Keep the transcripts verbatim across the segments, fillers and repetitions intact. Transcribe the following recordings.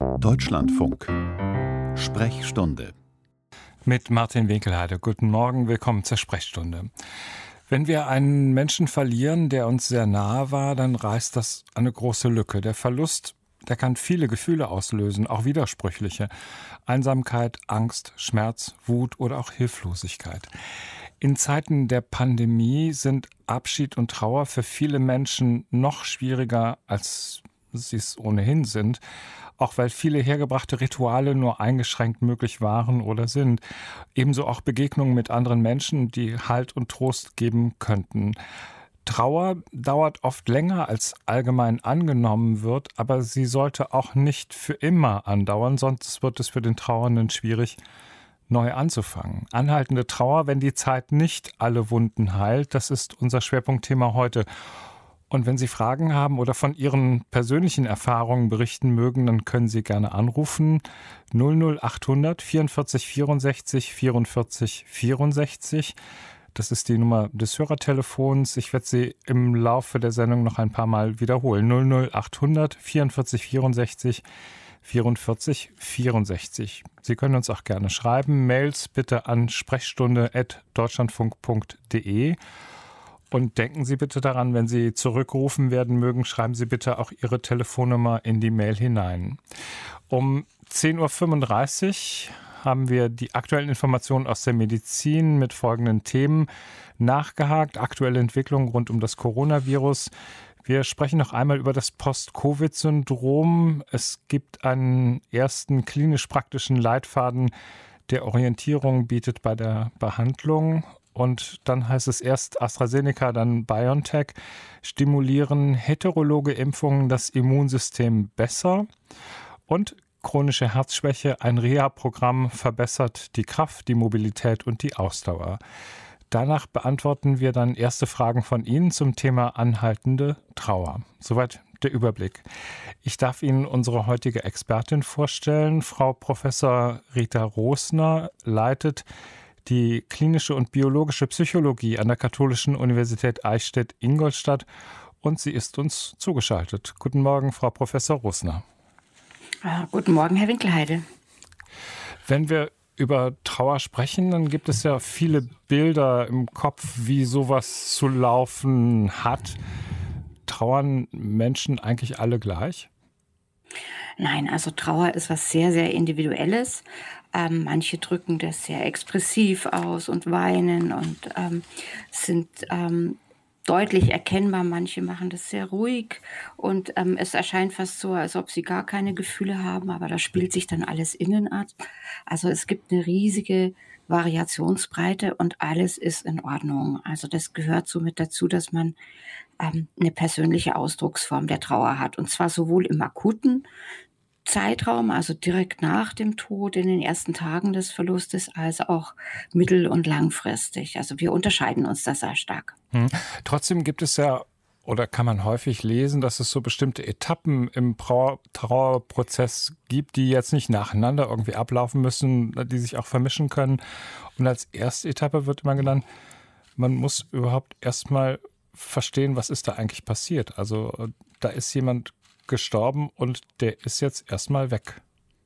Deutschlandfunk. Sprechstunde. Mit Martin Winkelheide. Guten Morgen, willkommen zur Sprechstunde. Wenn wir einen Menschen verlieren, der uns sehr nahe war, dann reißt das eine große Lücke. Der Verlust, der kann viele Gefühle auslösen, auch widersprüchliche. Einsamkeit, Angst, Schmerz, Wut oder auch Hilflosigkeit. In Zeiten der Pandemie sind Abschied und Trauer für viele Menschen noch schwieriger, als sie es ohnehin sind, auch weil viele hergebrachte Rituale nur eingeschränkt möglich waren oder sind. Ebenso auch Begegnungen mit anderen Menschen, die Halt und Trost geben könnten. Trauer dauert oft länger, als allgemein angenommen wird, aber sie sollte auch nicht für immer andauern, sonst wird es für den Trauernden schwierig, neu anzufangen. Anhaltende Trauer, wenn die Zeit nicht alle Wunden heilt, das ist unser Schwerpunktthema heute. Und wenn Sie Fragen haben oder von Ihren persönlichen Erfahrungen berichten mögen, dann können Sie gerne anrufen. null null achthundert vierundvierzig vierundsechzig vierundvierzig vierundsechzig. Das ist die Nummer des Hörertelefons. Ich werde sie im Laufe der Sendung noch ein paar Mal wiederholen. null null achthundert vierundvierzig vierundsechzig vierundvierzig vierundsechzig. Sie können uns auch gerne schreiben. Mails bitte an sprechstunde at deutschlandfunk punkt de. Und denken Sie bitte daran, wenn Sie zurückgerufen werden mögen, schreiben Sie bitte auch Ihre Telefonnummer in die Mail hinein. Um zehn Uhr fünfunddreißig haben wir die aktuellen Informationen aus der Medizin mit folgenden Themen nachgehakt. Aktuelle Entwicklungen rund um das Coronavirus. Wir sprechen noch einmal über das Post-Covid-Syndrom. Es gibt einen ersten klinisch-praktischen Leitfaden, der Orientierung bietet bei der Behandlung. Und dann heißt es erst AstraZeneca, dann BioNTech. Stimulieren heterologe Impfungen das Immunsystem besser? Und chronische Herzschwäche, ein Reha-Programm verbessert die Kraft, die Mobilität und die Ausdauer. Danach beantworten wir dann erste Fragen von Ihnen zum Thema anhaltende Trauer. Soweit der Überblick. Ich darf Ihnen unsere heutige Expertin vorstellen. Frau Professor Rita Rosner leitet die klinische und biologische Psychologie an der Katholischen Universität Eichstätt-Ingolstadt und sie ist uns zugeschaltet. Guten Morgen, Frau Professor Rosner. Ah, guten Morgen, Herr Winkelheide. Wenn wir über Trauer sprechen, dann gibt es ja viele Bilder im Kopf, wie sowas zu laufen hat. Trauern Menschen eigentlich alle gleich? Nein, also Trauer ist was sehr, sehr Individuelles. Ähm, manche drücken das sehr expressiv aus und weinen und ähm, sind ähm, deutlich erkennbar. Manche machen das sehr ruhig und ähm, es erscheint fast so, als ob sie gar keine Gefühle haben, aber da spielt sich dann alles innen ab. Also es gibt eine riesige Variationsbreite und alles ist in Ordnung. Also das gehört so mit dazu, dass man ähm, eine persönliche Ausdrucksform der Trauer hat und zwar sowohl im akuten Zeitraum, also direkt nach dem Tod, in den ersten Tagen des Verlustes, als auch mittel- und langfristig. Also wir unterscheiden uns da sehr stark. Hm. Trotzdem gibt es ja, oder kann man häufig lesen, dass es so bestimmte Etappen im Trau- Trauerprozess gibt, die jetzt nicht nacheinander irgendwie ablaufen müssen, die sich auch vermischen können. Und als erste Etappe wird immer genannt, man muss überhaupt erstmal verstehen, was ist da eigentlich passiert. Also da ist jemand gestorben und der ist jetzt erstmal weg.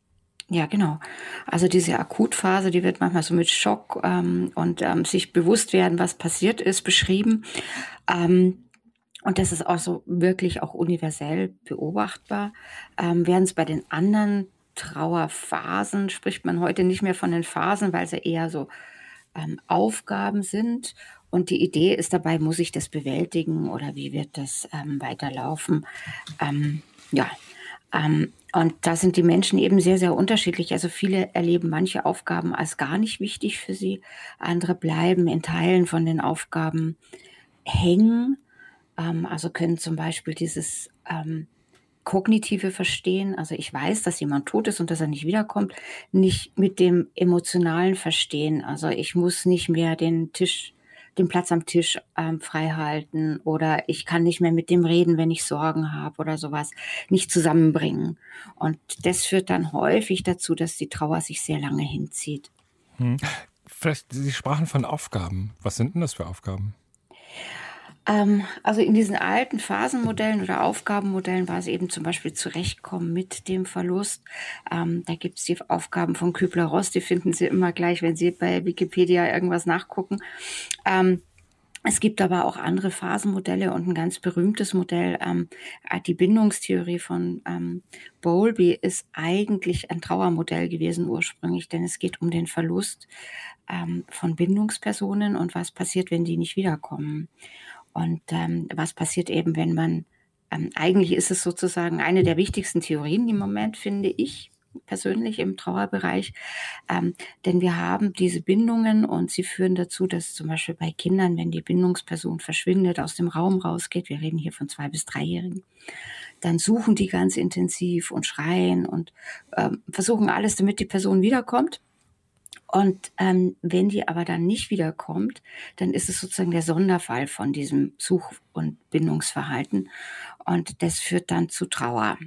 Ja, genau. Also diese Akutphase, die wird manchmal so mit Schock ähm, und ähm, sich bewusst werden, was passiert ist, beschrieben. Ähm, und das ist auch so wirklich auch universell beobachtbar. Ähm, während es bei den anderen Trauerphasen, spricht man heute nicht mehr von den Phasen, weil sie eher so ähm, Aufgaben sind. Und die Idee ist dabei, muss ich das bewältigen oder wie wird das ähm, weiterlaufen? Ähm, ja, ähm, und da sind die Menschen eben sehr, sehr unterschiedlich. Also viele erleben manche Aufgaben als gar nicht wichtig für sie. Andere bleiben in Teilen von den Aufgaben hängen. Ähm, also können zum Beispiel dieses ähm, kognitive Verstehen, also ich weiß, dass jemand tot ist und dass er nicht wiederkommt, nicht mit dem emotionalen Verstehen. Also ich muss nicht mehr den Tisch den Platz am Tisch ähm, frei halten oder ich kann nicht mehr mit dem reden, wenn ich Sorgen habe oder sowas, nicht zusammenbringen. Und das führt dann häufig dazu, dass die Trauer sich sehr lange hinzieht. Hm. Vielleicht, Sie sprachen von Aufgaben. Was sind denn das für Aufgaben? Ähm, also in diesen alten Phasenmodellen oder Aufgabenmodellen war es eben zum Beispiel Zurechtkommen mit dem Verlust. Ähm, da gibt es die Aufgaben von Kübler-Ross, die finden Sie immer gleich, wenn Sie bei Wikipedia irgendwas nachgucken. Ähm, Es gibt aber auch andere Phasenmodelle und ein ganz berühmtes Modell, ähm, äh, die Bindungstheorie von ähm, Bowlby ist eigentlich ein Trauermodell gewesen ursprünglich, denn es geht um den Verlust ähm, von Bindungspersonen und was passiert, wenn die nicht wiederkommen. Und ähm, was passiert eben, wenn man, ähm, eigentlich ist es sozusagen eine der wichtigsten Theorien im Moment, finde ich persönlich im Trauerbereich, ähm, denn wir haben diese Bindungen und sie führen dazu, dass zum Beispiel bei Kindern, wenn die Bindungsperson verschwindet, aus dem Raum rausgeht, wir reden hier von zwei- bis dreijährigen, dann suchen die ganz intensiv und schreien und ähm, versuchen alles, damit die Person wiederkommt. Und ähm, wenn die aber dann nicht wiederkommt, dann ist es sozusagen der Sonderfall von diesem Such- und Bindungsverhalten. Und das führt dann zu Trauer.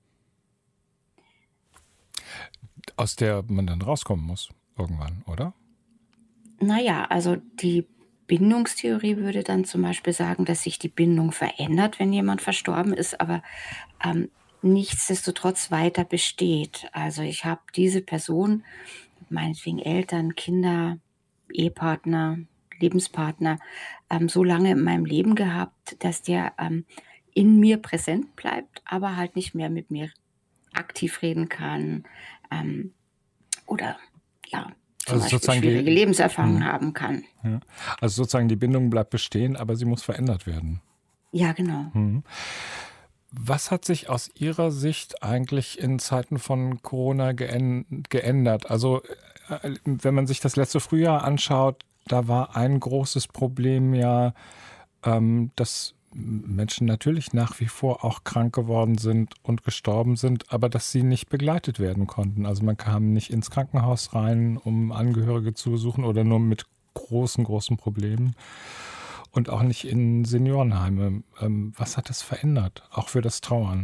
Aus der man dann rauskommen muss irgendwann, oder? Naja, also die Bindungstheorie würde dann zum Beispiel sagen, dass sich die Bindung verändert, wenn jemand verstorben ist, aber ähm, nichtsdestotrotz weiter besteht. Also ich habe diese Person, meinetwegen Eltern, Kinder, Ehepartner, Lebenspartner, ähm, so lange in meinem Leben gehabt, dass der ähm, in mir präsent bleibt, aber halt nicht mehr mit mir aktiv reden kann ähm, oder ja, zum Also Beispiel sozusagen schwierige die, Lebenserfahrungen hm, haben kann. ja. Also sozusagen die Bindung bleibt bestehen, aber sie muss verändert werden. Ja, genau. Hm. Was hat sich aus Ihrer Sicht eigentlich in Zeiten von Corona geän- geändert? Also äh, wenn man sich das letzte Frühjahr anschaut, da war ein großes Problem ja, ähm, dass Menschen natürlich nach wie vor auch krank geworden sind und gestorben sind, aber dass sie nicht begleitet werden konnten. Also man kam nicht ins Krankenhaus rein, um Angehörige zu besuchen oder nur mit großen, großen Problemen. Und auch nicht in Seniorenheime. Ähm, was hat das verändert, auch für das Trauern?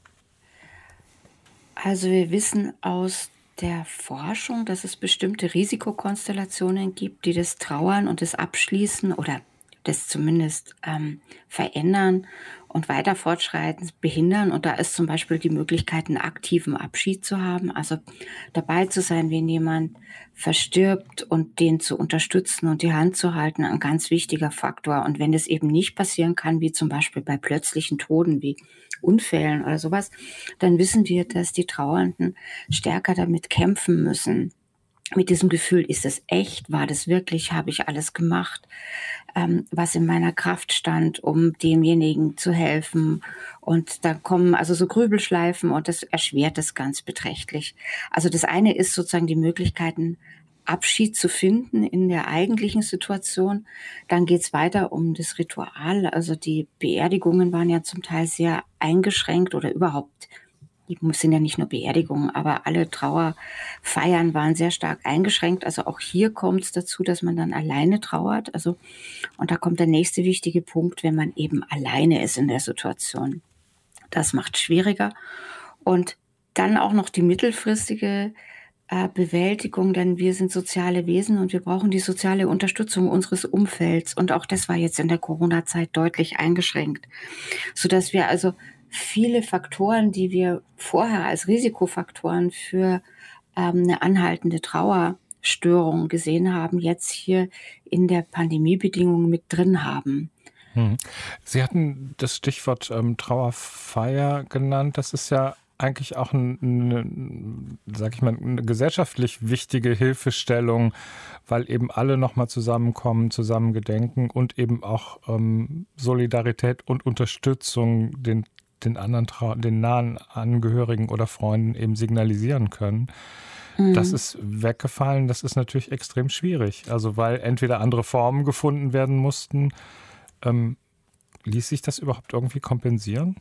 Also wir wissen aus der Forschung, dass es bestimmte Risikokonstellationen gibt, die das Trauern und das Abschließen oder das zumindest ähm, verändern und weiter fortschreiten, behindern. Und da ist zum Beispiel die Möglichkeit, einen aktiven Abschied zu haben, also dabei zu sein, wenn jemand verstirbt und den zu unterstützen und die Hand zu halten, ein ganz wichtiger Faktor. Und wenn das eben nicht passieren kann, wie zum Beispiel bei plötzlichen Toden, wie Unfällen oder sowas, dann wissen wir, dass die Trauernden stärker damit kämpfen müssen. Mit diesem Gefühl, ist es echt? War das wirklich? Habe ich alles gemacht, ähm, was in meiner Kraft stand, um demjenigen zu helfen? Und da kommen also so Grübelschleifen und das erschwert es ganz beträchtlich. Also das eine ist sozusagen die Möglichkeiten, Abschied zu finden in der eigentlichen Situation. Dann geht's weiter um das Ritual. Also die Beerdigungen waren ja zum Teil sehr eingeschränkt oder überhaupt, die sind ja nicht nur Beerdigungen, aber alle Trauerfeiern waren sehr stark eingeschränkt. Also auch hier kommt es dazu, dass man dann alleine trauert. Also, und da kommt der nächste wichtige Punkt, wenn man eben alleine ist in der Situation. Das macht schwieriger. Und dann auch noch die mittelfristige äh, Bewältigung, denn wir sind soziale Wesen und wir brauchen die soziale Unterstützung unseres Umfelds. Und auch das war jetzt in der Corona-Zeit deutlich eingeschränkt, sodass wir also viele Faktoren, die wir vorher als Risikofaktoren für ähm, eine anhaltende Trauerstörung gesehen haben, jetzt hier in der Pandemiebedingung mit drin haben. Hm. Sie hatten das Stichwort ähm, Trauerfeier genannt. Das ist ja eigentlich auch ein, eine, sag ich mal, eine gesellschaftlich wichtige Hilfestellung, weil eben alle nochmal zusammenkommen, zusammen gedenken und eben auch ähm, Solidarität und Unterstützung den den anderen, den nahen Angehörigen oder Freunden eben signalisieren können. Mhm. Das ist weggefallen, das ist natürlich extrem schwierig. Also weil entweder andere Formen gefunden werden mussten. Ähm, ließ sich das überhaupt irgendwie kompensieren?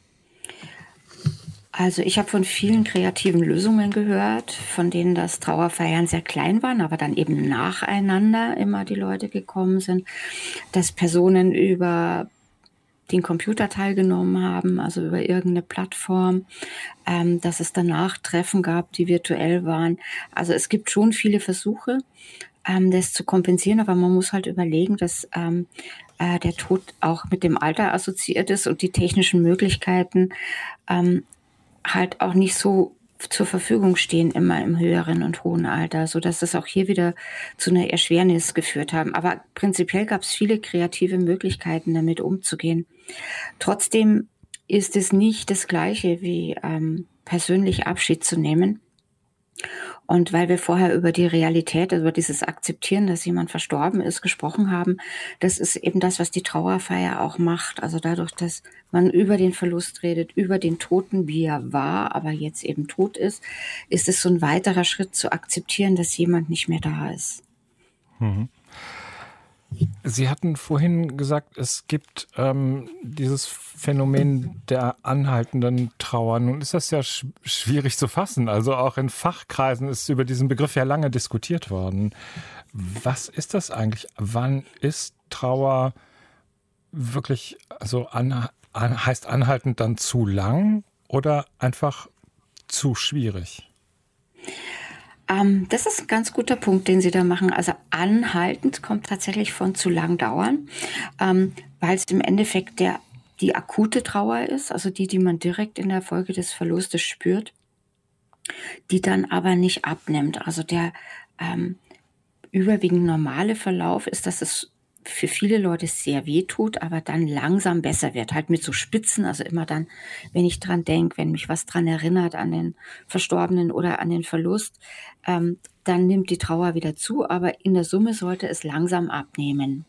Also ich habe von vielen kreativen Lösungen gehört, von denen das Trauerfeiern sehr klein waren, aber dann eben nacheinander immer die Leute gekommen sind, dass Personen über den Computer teilgenommen haben, also über irgendeine Plattform, ähm, dass es danach Treffen gab, die virtuell waren. Also es gibt schon viele Versuche, ähm, das zu kompensieren, aber man muss halt überlegen, dass ähm, äh, der Tod auch mit dem Alter assoziiert ist und die technischen Möglichkeiten ähm, halt auch nicht so zur Verfügung stehen, immer im höheren und hohen Alter, sodass das auch hier wieder zu einer Erschwernis geführt haben. Aber prinzipiell gab es viele kreative Möglichkeiten, damit umzugehen. Trotzdem ist es nicht das Gleiche wie ähm, persönlich Abschied zu nehmen. Und weil wir vorher über die Realität, über dieses Akzeptieren, dass jemand verstorben ist, gesprochen haben, das ist eben das, was die Trauerfeier auch macht. Also dadurch, dass man über den Verlust redet, über den Toten, wie er war, aber jetzt eben tot ist, ist es so ein weiterer Schritt zu akzeptieren, dass jemand nicht mehr da ist. Mhm. Sie hatten vorhin gesagt, es gibt ähm, dieses Phänomen der anhaltenden Trauer. Nun ist das ja sch- schwierig zu fassen. Also auch in Fachkreisen ist über diesen Begriff ja lange diskutiert worden. Was ist das eigentlich? Wann ist Trauer wirklich, also an, an, heißt anhaltend dann zu lang oder einfach zu schwierig? Ähm, das ist ein ganz guter Punkt, den Sie da machen. Also anhaltend kommt tatsächlich von zu lang dauern, ähm, weil es im Endeffekt der, die akute Trauer ist, also die, die man direkt in der Folge des Verlustes spürt, die dann aber nicht abnimmt. Also der ähm, überwiegend normale Verlauf ist, dass es für viele Leute sehr weh tut, aber dann langsam besser wird. Halt mit so Spitzen, also immer dann, wenn ich dran denke, wenn mich was dran erinnert an den Verstorbenen oder an den Verlust, ähm, dann nimmt die Trauer wieder zu, aber in der Summe sollte es langsam abnehmen.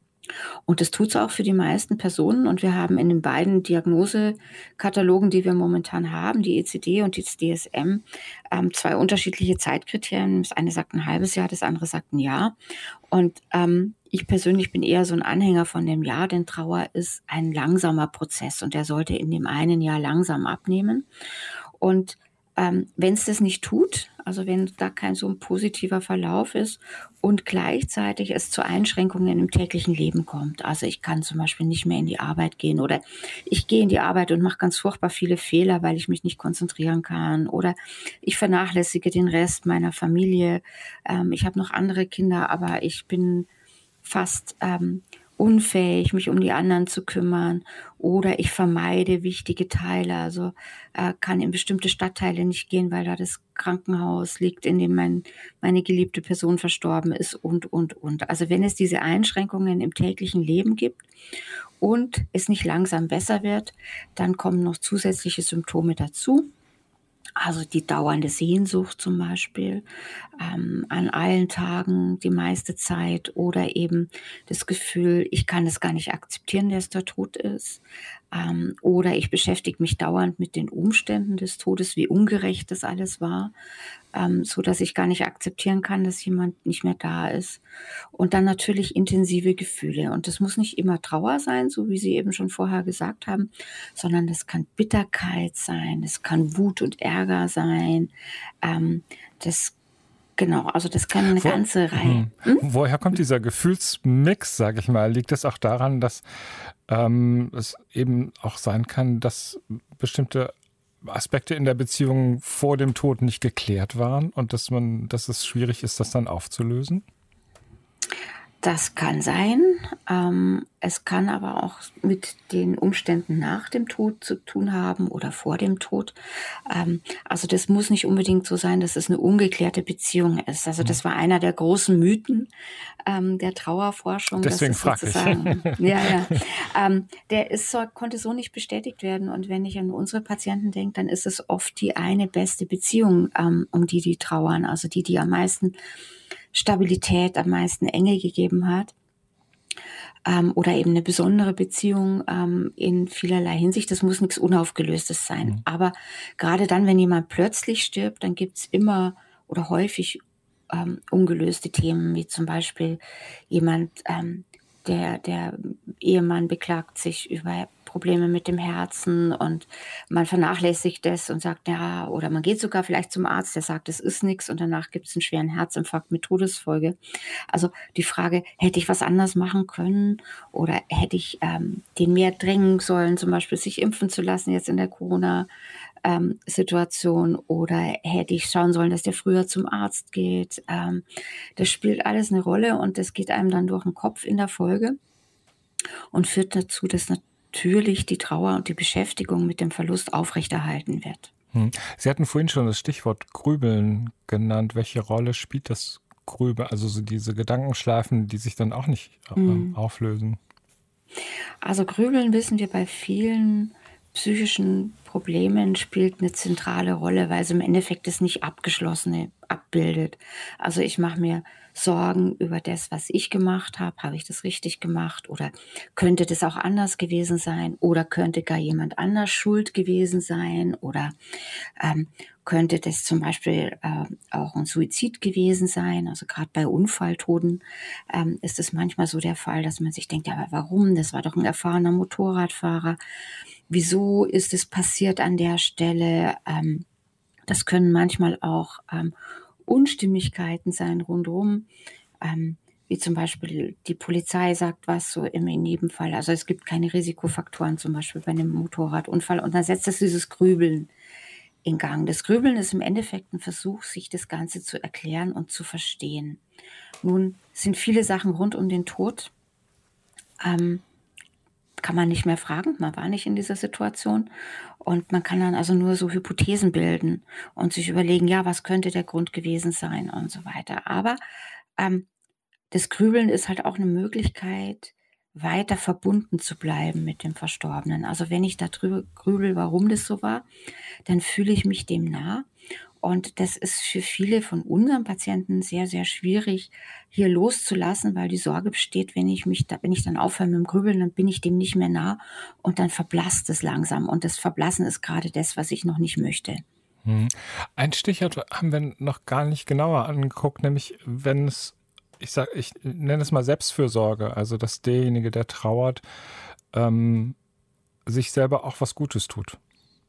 Und das tut es auch für die meisten Personen. Und wir haben in den beiden Diagnosekatalogen, die wir momentan haben, die E C D und das D S M, ähm, zwei unterschiedliche Zeitkriterien. Das eine sagt ein halbes Jahr, das andere sagt ein Jahr. Und ähm, ich persönlich bin eher so ein Anhänger von dem Jahr, denn Trauer ist ein langsamer Prozess und der sollte in dem einen Jahr langsam abnehmen. Und ähm, wenn es das nicht tut, also wenn da kein so ein positiver Verlauf ist und gleichzeitig es zu Einschränkungen im täglichen Leben kommt, also ich kann zum Beispiel nicht mehr in die Arbeit gehen oder ich gehe in die Arbeit und mache ganz furchtbar viele Fehler, weil ich mich nicht konzentrieren kann oder ich vernachlässige den Rest meiner Familie. Ähm, ich habe noch andere Kinder, aber ich bin fast ähm, unfähig, mich um die anderen zu kümmern oder ich vermeide wichtige Teile, also äh, kann in bestimmte Stadtteile nicht gehen, weil da das Krankenhaus liegt, in dem mein, meine geliebte Person verstorben ist und, und, und. Also wenn es diese Einschränkungen im täglichen Leben gibt und es nicht langsam besser wird, dann kommen noch zusätzliche Symptome dazu. Also die dauernde Sehnsucht zum Beispiel ähm, an allen Tagen, die meiste Zeit oder eben das Gefühl, ich kann es gar nicht akzeptieren, dass der tot ist. Ähm, oder ich beschäftige mich dauernd mit den Umständen des Todes, wie ungerecht das alles war, ähm, so dass ich gar nicht akzeptieren kann, dass jemand nicht mehr da ist. Und dann natürlich intensive Gefühle. Und das muss nicht immer Trauer sein, so wie Sie eben schon vorher gesagt haben, sondern das kann Bitterkeit sein, das kann Wut und Ärger sein, ähm, das genau, also das kann eine Wo, ganze Reihe. hm. Hm? Woher kommt dieser Gefühlsmix, sage ich mal? Liegt es auch daran, dass ähm, es eben auch sein kann, dass bestimmte Aspekte in der Beziehung vor dem Tod nicht geklärt waren und dass man, dass es schwierig ist, das dann aufzulösen? Das kann sein. Ähm, es kann aber auch mit den Umständen nach dem Tod zu tun haben oder vor dem Tod. Ähm, also das muss nicht unbedingt so sein, dass es eine ungeklärte Beziehung ist. Also das war einer der großen Mythen ähm, der Trauerforschung. Deswegen frage ich. Ja, ja. Ähm, der ist so, konnte so nicht bestätigt werden. Und wenn ich an unsere Patienten denke, dann ist es oft die eine beste Beziehung, ähm, um die die trauern. Also die, die am meisten Stabilität, am meisten Enge gegeben hat ähm, oder eben eine besondere Beziehung ähm, in vielerlei Hinsicht. Das muss nichts Unaufgelöstes sein. Mhm. Aber gerade dann, wenn jemand plötzlich stirbt, dann gibt's immer oder häufig ähm, ungelöste Themen, wie zum Beispiel jemand, ähm, der, der Ehemann beklagt sich über Probleme mit dem Herzen und man vernachlässigt das und sagt, ja, oder man geht sogar vielleicht zum Arzt, der sagt, es ist nichts und danach gibt es einen schweren Herzinfarkt mit Todesfolge. Also die Frage, hätte ich was anders machen können oder hätte ich ähm, den mehr drängen sollen, zum Beispiel sich impfen zu lassen jetzt in der Corona- Ähm, Situation oder hätte ich schauen sollen, dass der früher zum Arzt geht. Ähm, das spielt alles eine Rolle und das geht einem dann durch den Kopf in der Folge. und führt dazu, dass natürlich die Trauer und die Beschäftigung mit dem Verlust aufrechterhalten wird. Hm. Sie hatten vorhin schon das Stichwort Grübeln genannt. Welche Rolle spielt das Grübeln, also so diese Gedankenschleifen, die sich dann auch nicht äh, Mhm. auflösen? Also Grübeln, wissen wir, bei vielen psychischen Problemen spielt eine zentrale Rolle, weil es im Endeffekt das nicht Abgeschlossene abbildet. Also ich mache mir Sorgen über das, was ich gemacht habe. Habe ich das richtig gemacht? Oder könnte das auch anders gewesen sein? Oder könnte gar jemand anders schuld gewesen sein? Oder ähm, könnte das zum Beispiel äh, auch ein Suizid gewesen sein? Also gerade bei Unfalltoten ähm, ist es manchmal so der Fall, dass man sich denkt, ja, aber warum? Das war doch ein erfahrener Motorradfahrer. Wieso ist es passiert an der Stelle? Ähm, das können manchmal auch ähm, Unstimmigkeiten sein rundherum, ähm, wie zum Beispiel die Polizei sagt was, so im in jedem Fall. Also es gibt keine Risikofaktoren zum Beispiel bei einem Motorradunfall und dann setzt das dieses Grübeln in Gang. Das Grübeln ist im Endeffekt ein Versuch, sich das Ganze zu erklären und zu verstehen. Nun sind viele Sachen rund um den Tod, ähm, kann man nicht mehr fragen, man war nicht in dieser Situation und man kann dann also nur so Hypothesen bilden und sich überlegen, ja, was könnte der Grund gewesen sein und so weiter. Aber ähm, das Grübeln ist halt auch eine Möglichkeit, weiter verbunden zu bleiben mit dem Verstorbenen. Also wenn ich darüber grübel, warum das so war, dann fühle ich mich dem nah. Und das ist für viele von unseren Patienten sehr, sehr schwierig, hier loszulassen, weil die Sorge besteht, wenn ich mich da, wenn ich dann aufhöre mit dem Grübeln, dann bin ich dem nicht mehr nah und dann verblasst es langsam. Und das Verblassen ist gerade das, was ich noch nicht möchte. Hm. Ein Stichwort haben wir noch gar nicht genauer angeguckt, nämlich wenn es, ich sag, ich nenne es mal Selbstfürsorge, also dass derjenige, der trauert, ähm, sich selber auch was Gutes tut.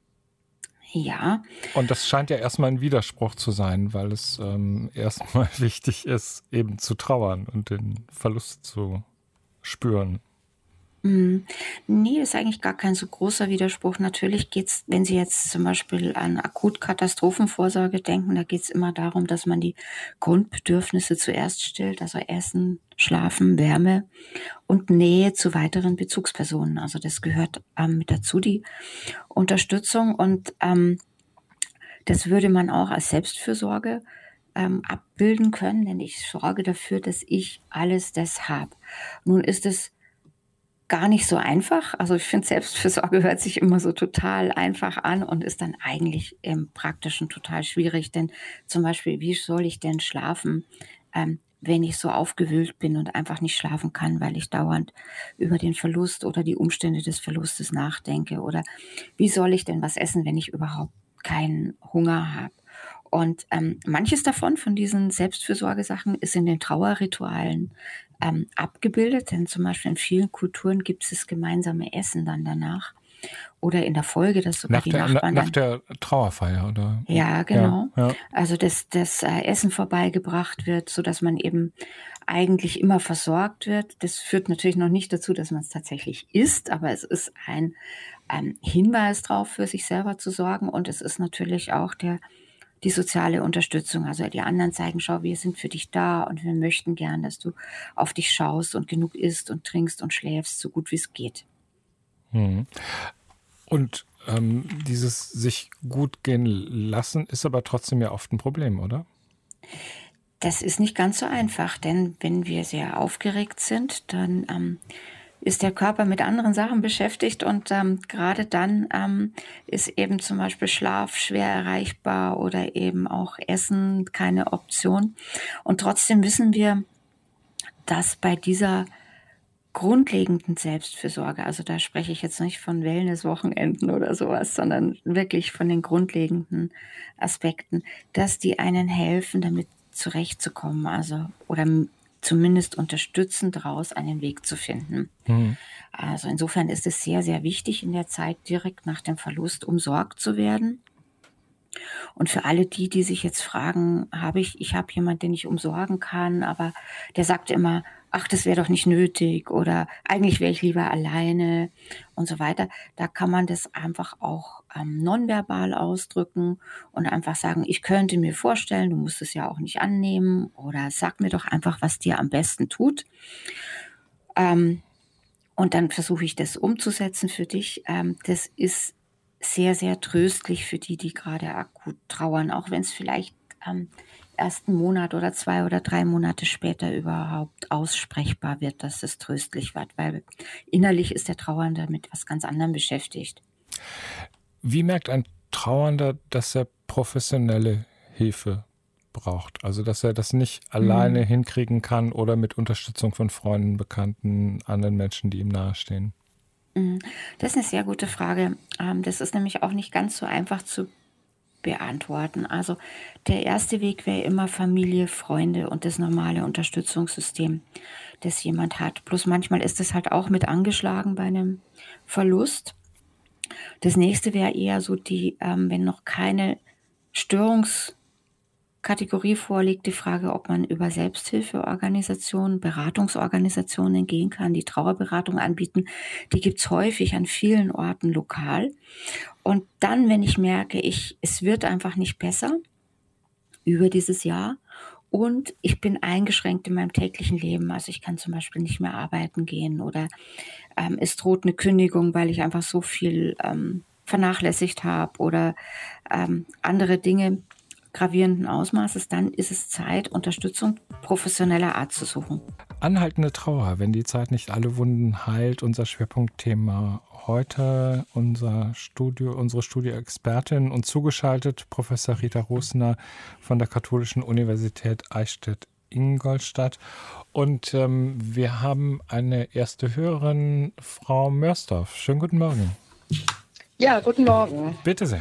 Ja, Und das scheint ja erstmal ein Widerspruch zu sein, weil es ähm, erstmal wichtig ist, eben zu trauern und den Verlust zu spüren. mm, nee, ist eigentlich gar kein so großer Widerspruch. Natürlich geht's, wenn Sie jetzt zum Beispiel an Akutkatastrophenvorsorge denken, da geht's immer darum, dass man die Grundbedürfnisse zuerst stillt, also Essen, Schlafen, Wärme und Nähe zu weiteren Bezugspersonen. Also das gehört ähm, mit dazu, die Unterstützung. Und ähm, das würde man auch als Selbstfürsorge ähm, abbilden können, denn ich sorge dafür, dass ich alles das habe. Nun ist es gar nicht so einfach. Also ich finde, Selbstfürsorge hört sich immer so total einfach an und ist dann eigentlich im Praktischen total schwierig. Denn zum Beispiel, wie soll ich denn schlafen, ähm, wenn ich so aufgewühlt bin und einfach nicht schlafen kann, weil ich dauernd über den Verlust oder die Umstände des Verlustes nachdenke? Oder wie soll ich denn was essen, wenn ich überhaupt keinen Hunger habe? Und ähm, manches davon, von diesen Selbstfürsorgesachen, ist in den Trauerritualen ähm, abgebildet, denn zum Beispiel in vielen Kulturen gibt es das gemeinsame Essen dann danach oder in der Folge, dass sogar Nach die der, na, Nachbarn nach dann, der Trauerfeier, oder? ja, Ja, genau, ja. also dass das äh, Essen vorbeigebracht wird, so dass man eben eigentlich immer versorgt wird. Das führt natürlich noch nicht dazu, dass man es tatsächlich isst, aber es ist ein ähm, Hinweis darauf, für sich selber zu sorgen und es ist natürlich auch der die soziale Unterstützung. Also die anderen zeigen, schau, wir sind für dich da und wir möchten gern, dass du auf dich schaust und genug isst und trinkst und schläfst, so gut wie es geht. Hm. Und ähm, dieses sich gut gehen lassen ist aber trotzdem ja oft ein Problem, oder? Das ist nicht ganz so einfach, denn wenn wir sehr aufgeregt sind, dann ähm, ist der Körper mit anderen Sachen beschäftigt und ähm, gerade dann ähm, ist eben zum Beispiel Schlaf schwer erreichbar oder eben auch Essen keine Option. Und trotzdem wissen wir, dass bei dieser grundlegenden Selbstfürsorge, also da spreche ich jetzt nicht von Wellness-Wochenenden oder sowas, sondern wirklich von den grundlegenden Aspekten, dass die einen helfen, damit zurechtzukommen, also oder m- zumindest unterstützen, daraus einen Weg zu finden. Hm. Also insofern ist es sehr, sehr wichtig, in der Zeit direkt nach dem Verlust umsorgt zu werden. Und für alle die, die sich jetzt fragen, habe ich, ich habe jemanden, den ich umsorgen kann, aber der sagt immer, ach, das wäre doch nicht nötig oder eigentlich wäre ich lieber alleine und so weiter. Da kann man das einfach auch ähm, nonverbal ausdrücken und einfach sagen, ich könnte mir vorstellen, du musst es ja auch nicht annehmen oder sag mir doch einfach, was dir am besten tut. Ähm, Und dann versuche ich das umzusetzen für dich. Ähm, das ist sehr, sehr tröstlich für die, die gerade akut trauern, auch wenn es vielleicht ähm, erst einen Monat oder zwei oder drei Monate später überhaupt aussprechbar wird, dass es tröstlich wird, weil innerlich ist der Trauernde mit was ganz anderem beschäftigt. Wie merkt ein Trauernder, dass er professionelle Hilfe braucht? Also, dass er das nicht alleine Mhm. hinkriegen kann oder mit Unterstützung von Freunden, Bekannten, anderen Menschen, die ihm nahestehen? Mhm. Das ist eine sehr gute Frage. Ähm, das ist nämlich auch nicht ganz so einfach zu beantworten. Also der erste Weg wäre immer Familie, Freunde und das normale Unterstützungssystem, das jemand hat. Bloß manchmal ist es halt auch mit angeschlagen bei einem Verlust. Das nächste wäre eher so die, ähm, wenn noch keine Störungs Kategorie vorliegt, die Frage, ob man über Selbsthilfeorganisationen, Beratungsorganisationen gehen kann, die Trauerberatung anbieten. Die gibt's häufig an vielen Orten lokal. Und dann, wenn ich merke, ich, es wird einfach nicht besser über dieses Jahr und ich bin eingeschränkt in meinem täglichen Leben, also ich kann zum Beispiel nicht mehr arbeiten gehen oder ähm, es droht eine Kündigung, weil ich einfach so viel ähm, vernachlässigt habe oder ähm, andere Dinge gravierenden Ausmaßes, dann ist es Zeit, Unterstützung professioneller Art zu suchen. Anhaltende Trauer, wenn die Zeit nicht alle Wunden heilt, unser Schwerpunktthema heute, unser Studio, unsere Studioexpertin und zugeschaltet Professor Rita Rosner von der Katholischen Universität Eichstätt-Ingolstadt. Und ähm, wir haben eine erste Hörerin, Frau Mörsdorf. Schönen guten Morgen. Ja, guten Morgen. Bitte sehr.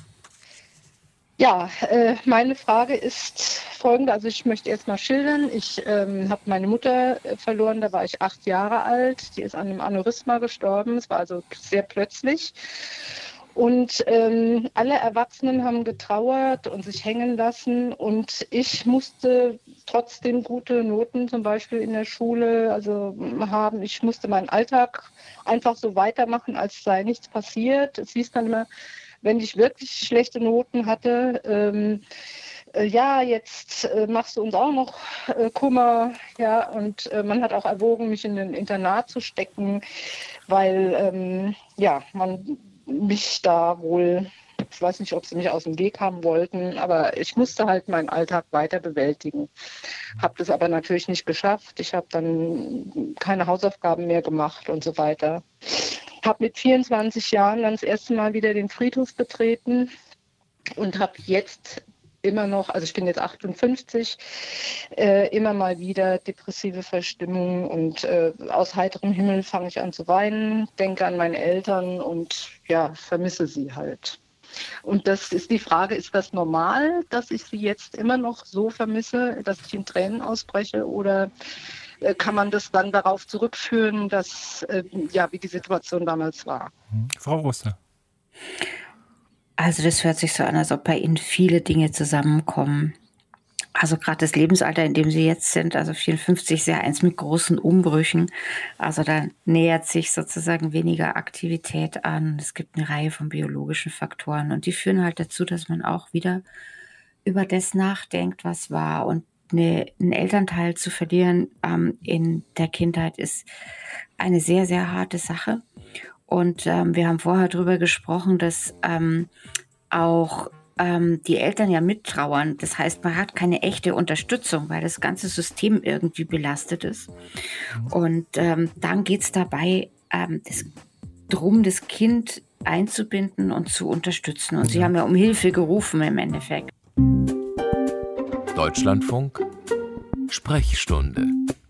Ja, äh, meine Frage ist folgende. Also ich möchte erst mal schildern. Ich ähm, habe meine Mutter äh, verloren, da war ich acht Jahre alt. Die ist an einem Aneurysma gestorben. Es war also sehr plötzlich. Und ähm, alle Erwachsenen haben getrauert und sich hängen lassen. Und ich musste trotzdem gute Noten zum Beispiel in der Schule also haben. Ich musste meinen Alltag einfach so weitermachen, als sei nichts passiert. Es hieß dann immer, wenn ich wirklich schlechte Noten hatte, ähm, äh, ja, jetzt äh, machst du uns auch noch äh, Kummer, ja, und äh, man hat auch erwogen, mich in ein Internat zu stecken, weil, ähm, ja, man mich da wohl, ich weiß nicht, ob sie mich aus dem Weg haben wollten, aber ich musste halt meinen Alltag weiter bewältigen. Habe das aber natürlich nicht geschafft. Ich habe dann keine Hausaufgaben mehr gemacht und so weiter. Habe mit vierundzwanzig Jahren dann das erste Mal wieder den Friedhof betreten und habe jetzt immer noch, also ich bin jetzt achtundfünfzig, äh, immer mal wieder depressive Verstimmung und äh, aus heiterem Himmel fange ich an zu weinen, denke an meine Eltern und ja, vermisse sie halt. Und das ist die Frage, ist das normal, dass ich sie jetzt immer noch so vermisse, dass ich in Tränen ausbreche oder äh, kann man das dann darauf zurückführen, dass, äh, ja, wie die Situation damals war? Frau Rosner. Also das hört sich so an, als ob bei Ihnen viele Dinge zusammenkommen. Also gerade das Lebensalter, in dem Sie jetzt sind, also vierundfünfzig, ist ja eins mit großen Umbrüchen. Also da nähert sich sozusagen weniger Aktivität an. Es gibt eine Reihe von biologischen Faktoren und die führen halt dazu, dass man auch wieder über das nachdenkt, was war. Und eine, einen Elternteil zu verlieren ähm, in der Kindheit ist eine sehr, sehr harte Sache. Und ähm, wir haben vorher darüber gesprochen, dass ähm, auch ähm, die Eltern ja mittrauern. Das heißt, man hat keine echte Unterstützung, weil das ganze System irgendwie belastet ist. Und ähm, dann geht es dabei ähm, das, darum, das Kind einzubinden und zu unterstützen. Und Sie haben ja um Hilfe gerufen im Endeffekt. Deutschlandfunk Sprechstunde.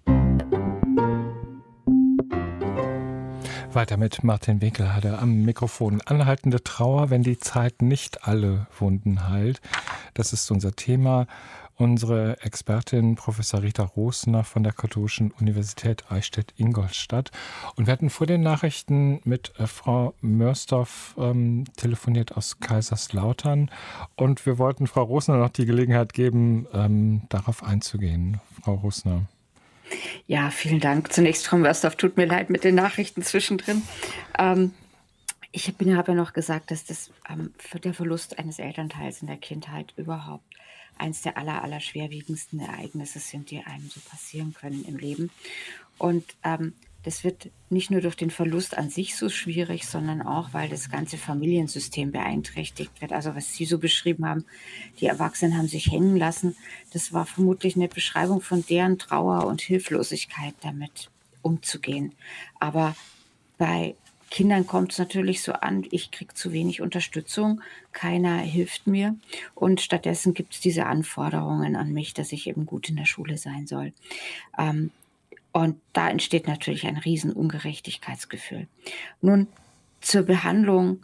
Weiter mit Martin Winkelharder am Mikrofon. Anhaltende Trauer, wenn die Zeit nicht alle Wunden heilt. Das ist unser Thema. Unsere Expertin Professor Rita Rosner von der Katholischen Universität Eichstätt-Ingolstadt. Und wir hatten vor den Nachrichten mit äh, Frau Mörsdorf ähm, telefoniert aus Kaiserslautern. Und wir wollten Frau Rosner noch die Gelegenheit geben, ähm, darauf einzugehen. Frau Rosner. Ja, vielen Dank. Zunächst, Frau Mörsdorf, tut mir leid mit den Nachrichten zwischendrin. Ähm, ich habe ja noch gesagt, dass das ähm, für der Verlust eines Elternteils in der Kindheit überhaupt eins der aller, aller schwerwiegendsten Ereignisse sind, die einem so passieren können im Leben. Und ähm, das wird nicht nur durch den Verlust an sich so schwierig, sondern auch, weil das ganze Familiensystem beeinträchtigt wird. Also was Sie so beschrieben haben, die Erwachsenen haben sich hängen lassen, das war vermutlich eine Beschreibung von deren Trauer und Hilflosigkeit, damit umzugehen. Aber bei Kindern kommt es natürlich so an, ich kriege zu wenig Unterstützung, keiner hilft mir und stattdessen gibt es diese Anforderungen an mich, dass ich eben gut in der Schule sein soll. Ähm, und da entsteht natürlich ein riesen Ungerechtigkeitsgefühl. Nun zur Behandlung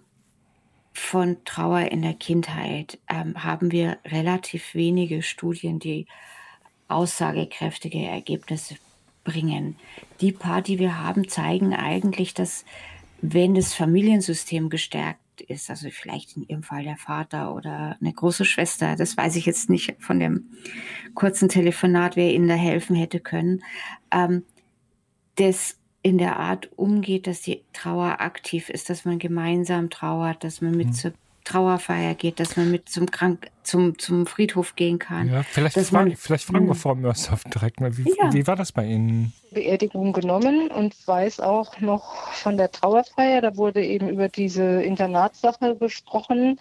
von Trauer in der Kindheit ähm, haben wir relativ wenige Studien, die aussagekräftige Ergebnisse bringen. Die paar, die wir haben, zeigen eigentlich, dass wenn das Familiensystem gestärkt ist, also vielleicht in Ihrem Fall der Vater oder eine große Schwester, das weiß ich jetzt nicht von dem kurzen Telefonat, wer Ihnen da helfen hätte können, ähm, das in der Art umgeht, dass die Trauer aktiv ist, dass man gemeinsam trauert, dass man mit Mhm. zur Trauerfeier geht, dass man mit zum Krank zum, zum Friedhof gehen kann. Ja, vielleicht, dass fragen, man, vielleicht fragen wir Hm. Frau Mörshoff direkt mal, wie, Ja. wie war das bei Ihnen? Beerdigung genommen und weiß auch noch von der Trauerfeier. Da wurde eben über diese Internatssache gesprochen.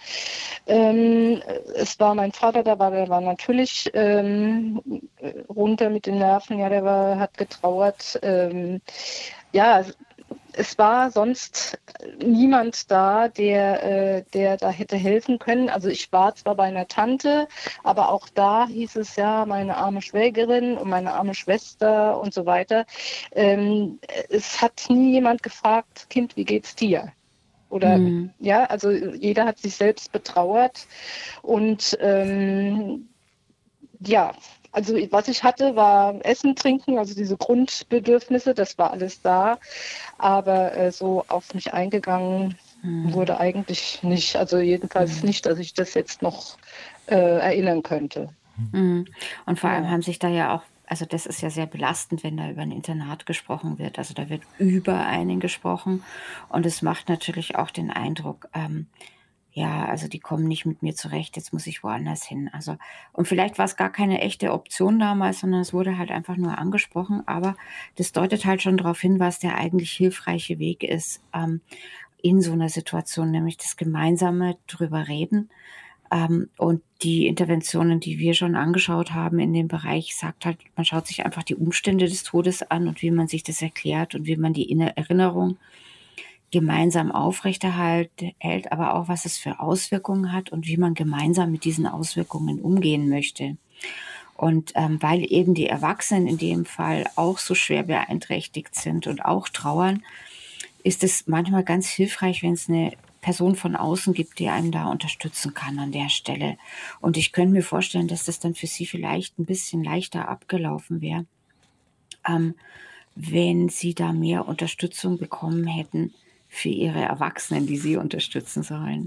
Ähm, es war mein Vater, der war, der war natürlich ähm, runter mit den Nerven. Ja, der war, hat getrauert. Ähm, ja, es war sonst niemand da, der, äh, der da hätte helfen können. Also ich war zwar bei einer Tante, aber auch da hieß es ja, meine arme Schwägerin und meine arme Schwester und so weiter. Ähm, es hat nie jemand gefragt, Kind, wie geht's dir? Oder Hm. ja, also jeder hat sich selbst betrauert und ähm, ja, also was ich hatte, war Essen, Trinken, also diese Grundbedürfnisse, das war alles da, aber äh, so auf mich eingegangen Hm. wurde eigentlich nicht, also jedenfalls Hm. nicht, dass ich das jetzt noch äh, erinnern könnte. Mhm. Und vor allem Ja. haben sich da ja auch, also das ist ja sehr belastend, wenn da über ein Internat gesprochen wird. Also da wird über einen gesprochen und es macht natürlich auch den Eindruck, ähm, ja, also die kommen nicht mit mir zurecht, jetzt muss ich woanders hin. Also, und vielleicht war es gar keine echte Option damals, sondern es wurde halt einfach nur angesprochen, aber das deutet halt schon darauf hin, was der eigentlich hilfreiche Weg ist, ähm, in so einer Situation, nämlich das gemeinsame drüber reden. Ähm, und die Interventionen, die wir schon angeschaut haben in dem Bereich, sagt halt, man schaut sich einfach die Umstände des Todes an und wie man sich das erklärt und wie man die Inner- Erinnerung gemeinsam aufrechterhält, hält, aber auch, was es für Auswirkungen hat und wie man gemeinsam mit diesen Auswirkungen umgehen möchte. Und ähm, weil eben die Erwachsenen in dem Fall auch so schwer beeinträchtigt sind und auch trauern, ist es manchmal ganz hilfreich, wenn es eine Person von außen gibt, die einem da unterstützen kann an der Stelle. Und ich könnte mir vorstellen, dass das dann für Sie vielleicht ein bisschen leichter abgelaufen wäre, ähm, wenn Sie da mehr Unterstützung bekommen hätten für Ihre Erwachsenen, die Sie unterstützen sollen.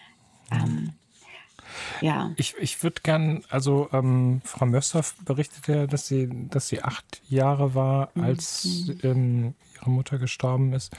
Ähm, ja. Ich, ich würde gern, also ähm, Frau Mörshoff berichtete ja, dass sie, dass sie acht Jahre war, als ähm, ihre Mutter gestorben ist.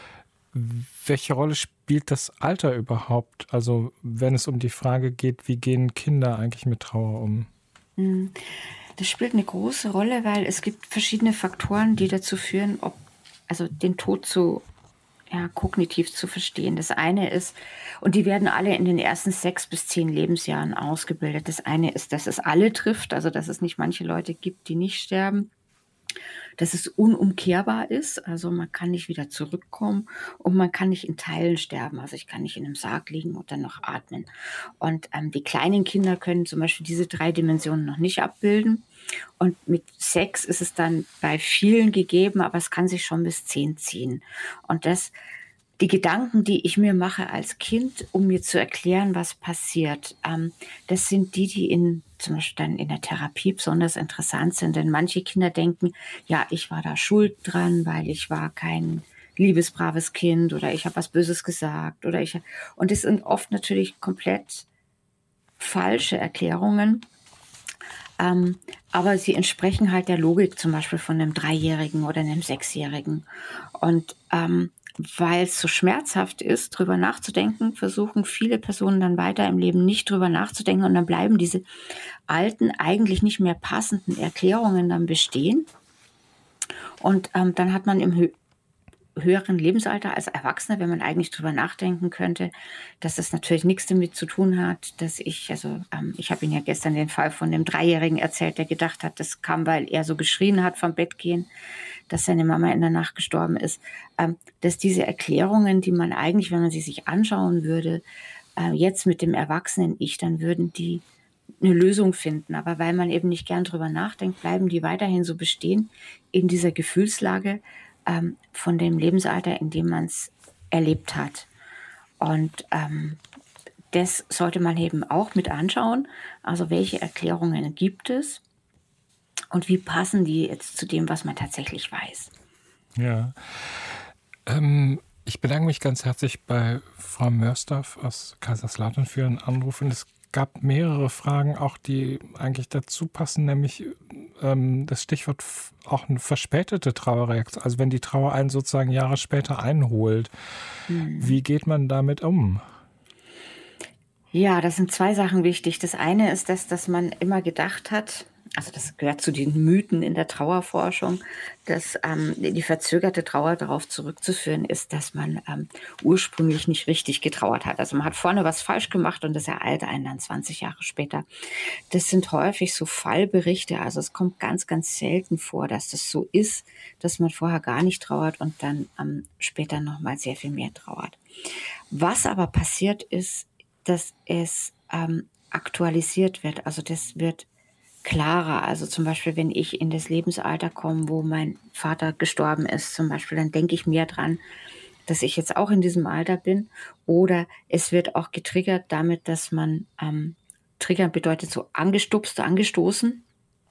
Welche Rolle spielt das Alter überhaupt? Also wenn es um die Frage geht, wie gehen Kinder eigentlich mit Trauer um? Mm. Das spielt eine große Rolle, weil es gibt verschiedene Faktoren, die dazu führen, ob, also den Tod zu ja, kognitiv zu verstehen. Das eine ist, und die werden alle in den ersten sechs bis zehn Lebensjahren ausgebildet. Das eine ist, dass es alle trifft, also dass es nicht manche Leute gibt, die nicht sterben. Dass es unumkehrbar ist, also man kann nicht wieder zurückkommen und man kann nicht in Teilen sterben, also ich kann nicht in einem Sarg liegen und dann noch atmen. Und ähm, die kleinen Kinder können zum Beispiel diese drei Dimensionen noch nicht abbilden und mit sechs ist es dann bei vielen gegeben, aber es kann sich schon bis zehn ziehen. Und das Die Gedanken, die ich mir mache als Kind, um mir zu erklären, was passiert, ähm, das sind die, die in, zum Beispiel dann in der Therapie besonders interessant sind. Denn manche Kinder denken, ja, ich war da schuld dran, weil ich war kein liebesbraves Kind oder ich habe was Böses gesagt oder ich. Und es sind oft natürlich komplett falsche Erklärungen. Ähm, aber sie entsprechen halt der Logik zum Beispiel von einem Dreijährigen oder einem Sechsjährigen. Und ähm, weil es so schmerzhaft ist, drüber nachzudenken, versuchen viele Personen dann weiter im Leben nicht drüber nachzudenken und dann bleiben diese alten, eigentlich nicht mehr passenden Erklärungen dann bestehen. Und ähm, dann hat man im Hö höheren Lebensalter als Erwachsener, wenn man eigentlich drüber nachdenken könnte, dass das natürlich nichts damit zu tun hat, dass ich, also ähm, ich habe Ihnen ja gestern den Fall von dem Dreijährigen erzählt, der gedacht hat, das kam, weil er so geschrien hat vom Bett gehen, dass seine Mama in der Nacht gestorben ist, ähm, dass diese Erklärungen, die man eigentlich, wenn man sie sich anschauen würde, äh, jetzt mit dem erwachsenen Ich, dann würden die eine Lösung finden. Aber weil man eben nicht gern drüber nachdenkt, bleiben die weiterhin so bestehen in dieser Gefühlslage ähm, von dem Lebensalter, in dem man es erlebt hat. Und ähm, das sollte man eben auch mit anschauen. Also welche Erklärungen gibt es und wie passen die jetzt zu dem, was man tatsächlich weiß. Ja. Ähm, ich bedanke mich ganz herzlich bei Frau Mörsdorf aus Kaiserslautern für Ihren Anruf. Und es gab mehrere Fragen, auch die eigentlich dazu passen, nämlich ähm, das Stichwort f- auch eine verspätete Trauerreaktion. Also wenn die Trauer einen sozusagen Jahre später einholt, Hm. wie geht man damit um? Ja, das sind zwei Sachen wichtig. Das eine ist, dass, dass man immer gedacht hat, also das gehört zu den Mythen in der Trauerforschung, dass ähm, die verzögerte Trauer darauf zurückzuführen ist, dass man ähm, ursprünglich nicht richtig getrauert hat. Also man hat vorne was falsch gemacht und das ereilt einen dann zwanzig Jahre später. Das sind häufig so Fallberichte. Also es kommt ganz, ganz selten vor, dass das so ist, dass man vorher gar nicht trauert und dann ähm, später nochmal sehr viel mehr trauert. Was aber passiert ist, dass es ähm, aktualisiert wird. Also das wird klarer. Also zum Beispiel, wenn ich in das Lebensalter komme, wo mein Vater gestorben ist, zum Beispiel, dann denke ich mehr dran, dass ich jetzt auch in diesem Alter bin. Oder es wird auch getriggert damit, dass man, ähm, triggern bedeutet so angestupst, angestoßen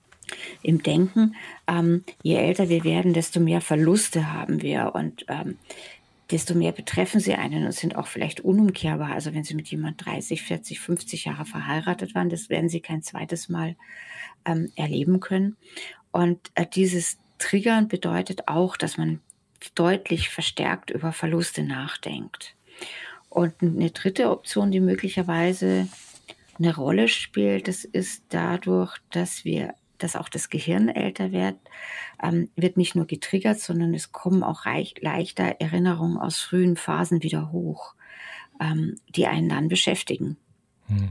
im Denken. Ähm, je älter wir werden, desto mehr Verluste haben wir und ähm, desto mehr betreffen sie einen und sind auch vielleicht unumkehrbar. Also wenn Sie mit jemand dreißig, vierzig, fünfzig Jahre verheiratet waren, das werden Sie kein zweites Mal ähm, erleben können. Und äh, dieses Triggern bedeutet auch, dass man deutlich verstärkt über Verluste nachdenkt. Und eine dritte Option, die möglicherweise eine Rolle spielt, das ist dadurch, dass wir dass auch das Gehirn älter wird, ähm, wird nicht nur getriggert, sondern es kommen auch reich, leichter Erinnerungen aus frühen Phasen wieder hoch, ähm, die einen dann beschäftigen. Hm.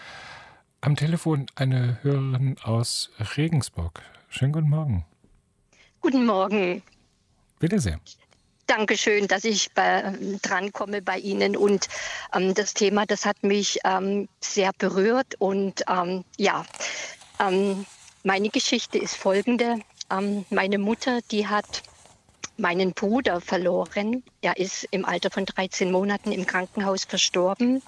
Am Telefon eine Hörerin aus Regensburg. Schönen guten Morgen. Guten Morgen. Bitte sehr. Dankeschön, dass ich bei, drankomme bei Ihnen. Und ähm, das Thema, das hat mich ähm, sehr berührt. Und ähm, ja, ähm, meine Geschichte ist folgende. Ähm, meine Mutter, die hat meinen Bruder verloren. Er ist im Alter von dreizehn Monaten im Krankenhaus verstorben.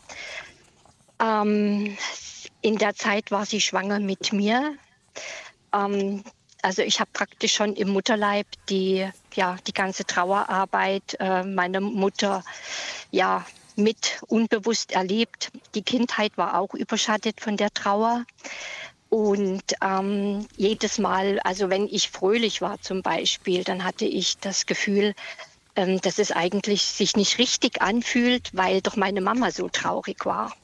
Ähm, in der Zeit war sie schwanger mit mir. Ähm, also ich habe praktisch schon im Mutterleib die, ja, die ganze Trauerarbeit äh, meiner Mutter ja, mit unbewusst erlebt. Die Kindheit war auch überschattet von der Trauer. Und ähm, jedes Mal, also wenn ich fröhlich war zum Beispiel, dann hatte ich das Gefühl, ähm, dass es eigentlich sich nicht richtig anfühlt, weil doch meine Mama so traurig war.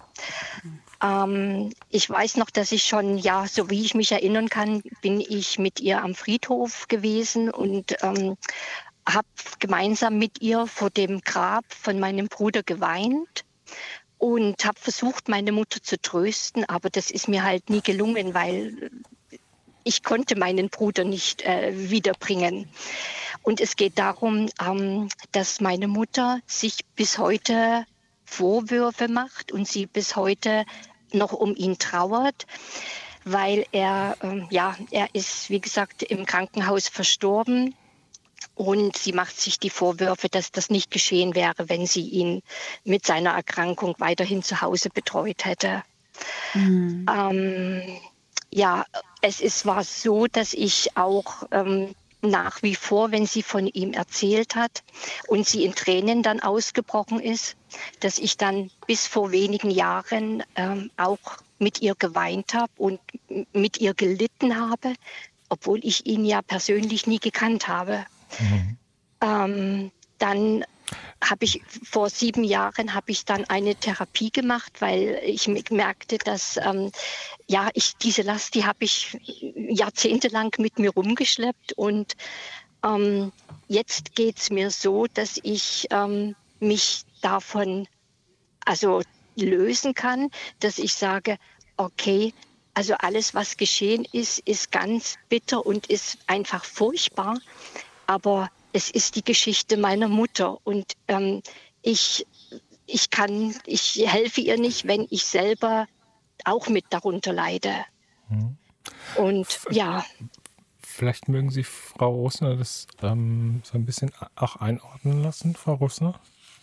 Ähm, ich weiß noch, dass ich schon, ja, so wie ich mich erinnern kann, bin ich mit ihr am Friedhof gewesen und ähm, habe gemeinsam mit ihr vor dem Grab von meinem Bruder geweint. Und habe versucht, meine Mutter zu trösten, aber das ist mir halt nie gelungen, weil ich konnte meinen Bruder nicht äh, wiederbringen. Und es geht darum, ähm, dass meine Mutter sich bis heute Vorwürfe macht und sie bis heute noch um ihn trauert, weil er, ähm, ja, er ist, wie gesagt, im Krankenhaus verstorben. Und sie macht sich die Vorwürfe, dass das nicht geschehen wäre, wenn sie ihn mit seiner Erkrankung weiterhin zu Hause betreut hätte. Mhm. Ähm, ja, es ist, war so, dass ich auch ähm, nach wie vor, wenn sie von ihm erzählt hat und sie in Tränen dann ausgebrochen ist, dass ich dann bis vor wenigen Jahren ähm, auch mit ihr geweint habe und mit ihr gelitten habe, obwohl ich ihn ja persönlich nie gekannt habe. Mhm. Ähm, dann habe ich vor sieben Jahren habe ich dann eine Therapie gemacht, weil ich merkte, dass ähm, ja ich diese Last, die habe ich jahrzehntelang mit mir rumgeschleppt und Ähm, jetzt geht es mir so, dass ich ähm, mich davon also lösen kann, dass ich sage, okay, also alles, was geschehen ist, ist ganz bitter und ist einfach furchtbar. Aber es ist die Geschichte meiner Mutter und ähm, ich, ich kann, ich helfe ihr nicht, wenn ich selber auch mit darunter leide. Mhm. Und ja. Vielleicht mögen Sie, Frau Russner, das ähm, so ein bisschen auch einordnen lassen, Frau Russner?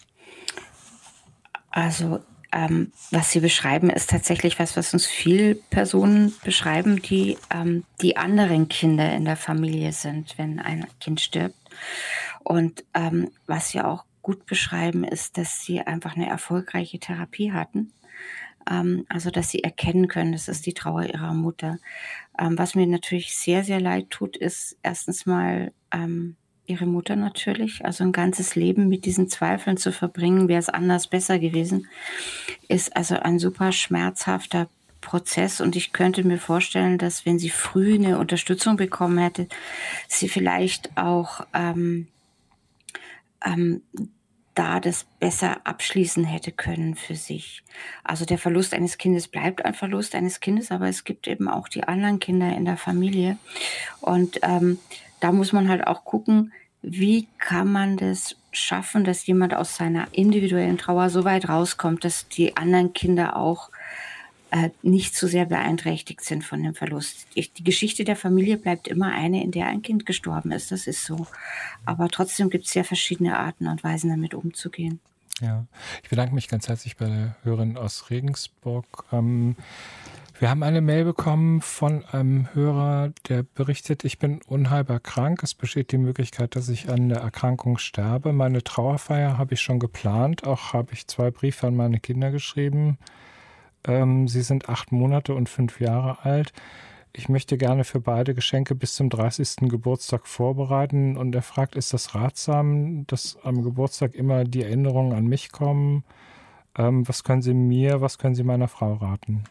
Also, ähm, was Sie beschreiben, ist tatsächlich was, was uns viele Personen beschreiben, die ähm, die anderen Kinder in der Familie sind, wenn ein Kind stirbt. Und ähm, was Sie auch gut beschreiben, ist, dass Sie einfach eine erfolgreiche Therapie hatten. Ähm, also, dass Sie erkennen können, das ist die Trauer Ihrer Mutter. Ähm, was mir natürlich sehr, sehr leid tut, ist erstens mal ähm, Ihre Mutter natürlich. Also ein ganzes Leben mit diesen Zweifeln zu verbringen, wäre es anders besser gewesen, ist also ein super schmerzhafter Prozess. Und ich könnte mir vorstellen, dass wenn sie früh eine Unterstützung bekommen hätte, sie vielleicht auch ähm, ähm, da das besser abschließen hätte können für sich. Also der Verlust eines Kindes bleibt ein Verlust eines Kindes, aber es gibt eben auch die anderen Kinder in der Familie. Und ähm, da muss man halt auch gucken, wie kann man das schaffen, dass jemand aus seiner individuellen Trauer so weit rauskommt, dass die anderen Kinder auch äh, nicht so sehr beeinträchtigt sind von dem Verlust. Ich, die Geschichte der Familie bleibt immer eine, in der ein Kind gestorben ist. Das ist so. Aber trotzdem gibt es sehr verschiedene Arten und Weisen, damit umzugehen. Ja, ich bedanke mich ganz herzlich bei der Hörerin aus Regensburg. Ähm, wir haben eine Mail bekommen von einem Hörer, der berichtet, ich bin unheilbar krank. Es besteht die Möglichkeit, dass ich an der Erkrankung sterbe. Meine Trauerfeier habe ich schon geplant. Auch habe ich zwei Briefe an meine Kinder geschrieben. Ähm, sie sind acht Monate und fünf Jahre alt. Ich möchte gerne für beide Geschenke bis zum dreißigsten Geburtstag vorbereiten. Und er fragt, ist das ratsam, dass am Geburtstag immer die Erinnerungen an mich kommen? Ähm, was können Sie mir, was können Sie meiner Frau raten?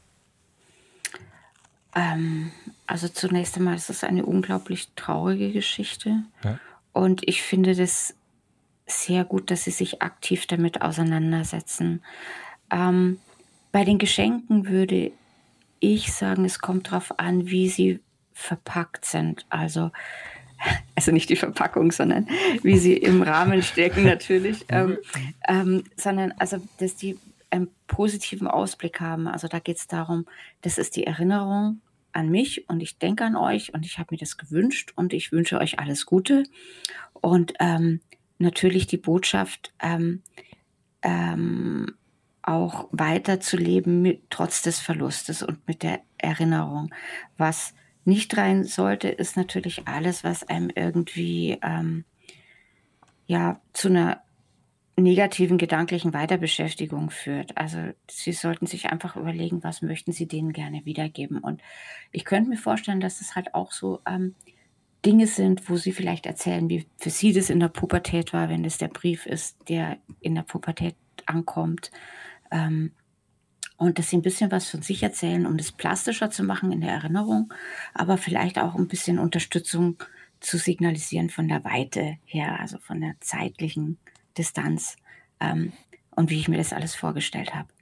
Ähm, also zunächst einmal ist es eine unglaublich traurige Geschichte. Ja. Und ich finde das sehr gut, dass Sie sich aktiv damit auseinandersetzen. Ähm, bei den Geschenken würde ich sagen, es kommt darauf an, wie sie verpackt sind. Also, also nicht die Verpackung, sondern wie sie im Rahmen stecken natürlich. ähm, ähm, sondern also, dass die einen positiven Ausblick haben. Also da geht es darum, das ist die Erinnerung an mich und ich denke an euch und ich habe mir das gewünscht und ich wünsche euch alles Gute. Und ähm, natürlich die Botschaft, ähm, ähm, auch weiterzuleben mit, trotz des Verlustes und mit der Erinnerung. Was nicht rein sollte, ist natürlich alles, was einem irgendwie ähm, ja, zu einer negativen gedanklichen Weiterbeschäftigung führt. Also Sie sollten sich einfach überlegen, was möchten Sie denen gerne wiedergeben. Und ich könnte mir vorstellen, dass es halt auch so ähm, Dinge sind, wo Sie vielleicht erzählen, wie für Sie das in der Pubertät war, wenn das der Brief ist, der in der Pubertät ankommt. Ähm, und dass Sie ein bisschen was von sich erzählen, um das plastischer zu machen in der Erinnerung, aber vielleicht auch ein bisschen Unterstützung zu signalisieren von der Weite her, also von der zeitlichen Distanz ähm, und wie ich mir das alles vorgestellt habe.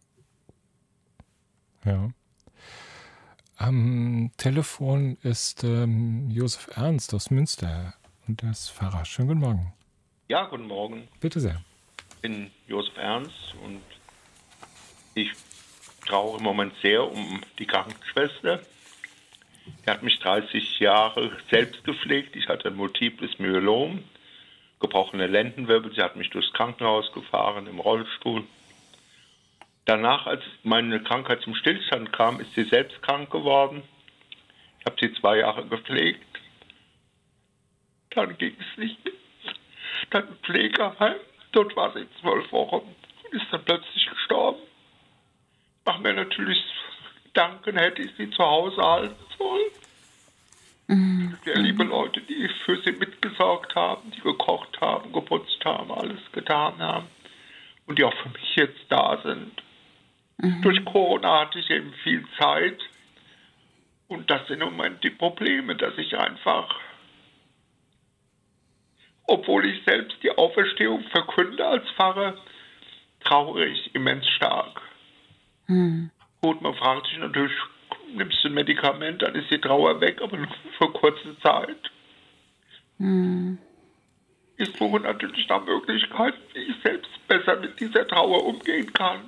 Ja. Am Telefon ist ähm, Josef Ernst aus Münster und der ist Pfarrer. Schönen guten Morgen. Ja, guten Morgen. Bitte sehr. Ich bin Josef Ernst und ich trauere im Moment sehr um die Krankenschwester. Die hat mich dreißig Jahre selbst gepflegt. Ich hatte ein multiples Myelom, gebrochene Lendenwirbel. Sie hat mich durchs Krankenhaus gefahren im Rollstuhl. Danach, als meine Krankheit zum Stillstand kam, ist sie selbst krank geworden. Ich habe sie zwei Jahre gepflegt. Dann ging es nicht mehr. Dann im Pflegeheim. Dort war sie zwölf Wochen und ist dann plötzlich gestorben. Ich mache mir natürlich Gedanken, hätte ich sie zu Hause halten sollen. Mhm. Sehr liebe Leute, die für sie mitgesorgt haben, die gekocht haben, geputzt haben, alles getan haben und die auch für mich jetzt da sind. Mhm. Durch Corona hatte ich eben viel Zeit und das sind im Moment die Probleme, dass ich einfach obwohl ich selbst die Auferstehung verkünde als Pfarrer, trauere ich immens stark. Hm. Gut, man fragt sich natürlich, nimmst du ein Medikament, dann ist die Trauer weg, aber nur für kurze Zeit. Hm. Ich suche natürlich nach Möglichkeiten, wie ich selbst besser mit dieser Trauer umgehen kann.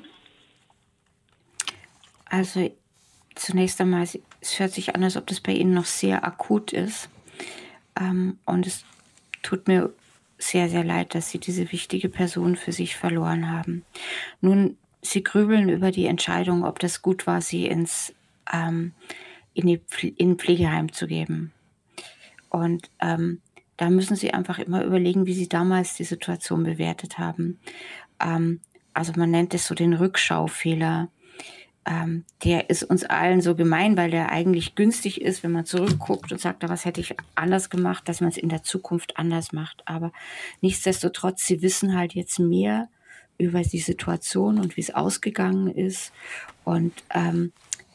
Also zunächst einmal, es hört sich an, als ob das bei Ihnen noch sehr akut ist. Ähm, und es tut mir sehr, sehr leid, dass Sie diese wichtige Person für sich verloren haben. Nun, Sie grübeln über die Entscheidung, ob das gut war, Sie ins ähm, in, die, in ein Pflegeheim zu geben. Und ähm, da müssen Sie einfach immer überlegen, wie Sie damals die Situation bewertet haben. Ähm, also man nennt es so den Rückschaufehler. Ähm, der ist uns allen so gemein, weil der eigentlich günstig ist, wenn man zurückguckt und sagt, was hätte ich anders gemacht, dass man es in der Zukunft anders macht. Aber nichtsdestotrotz, Sie wissen halt jetzt mehr über die Situation und wie es ausgegangen ist. Und ähm,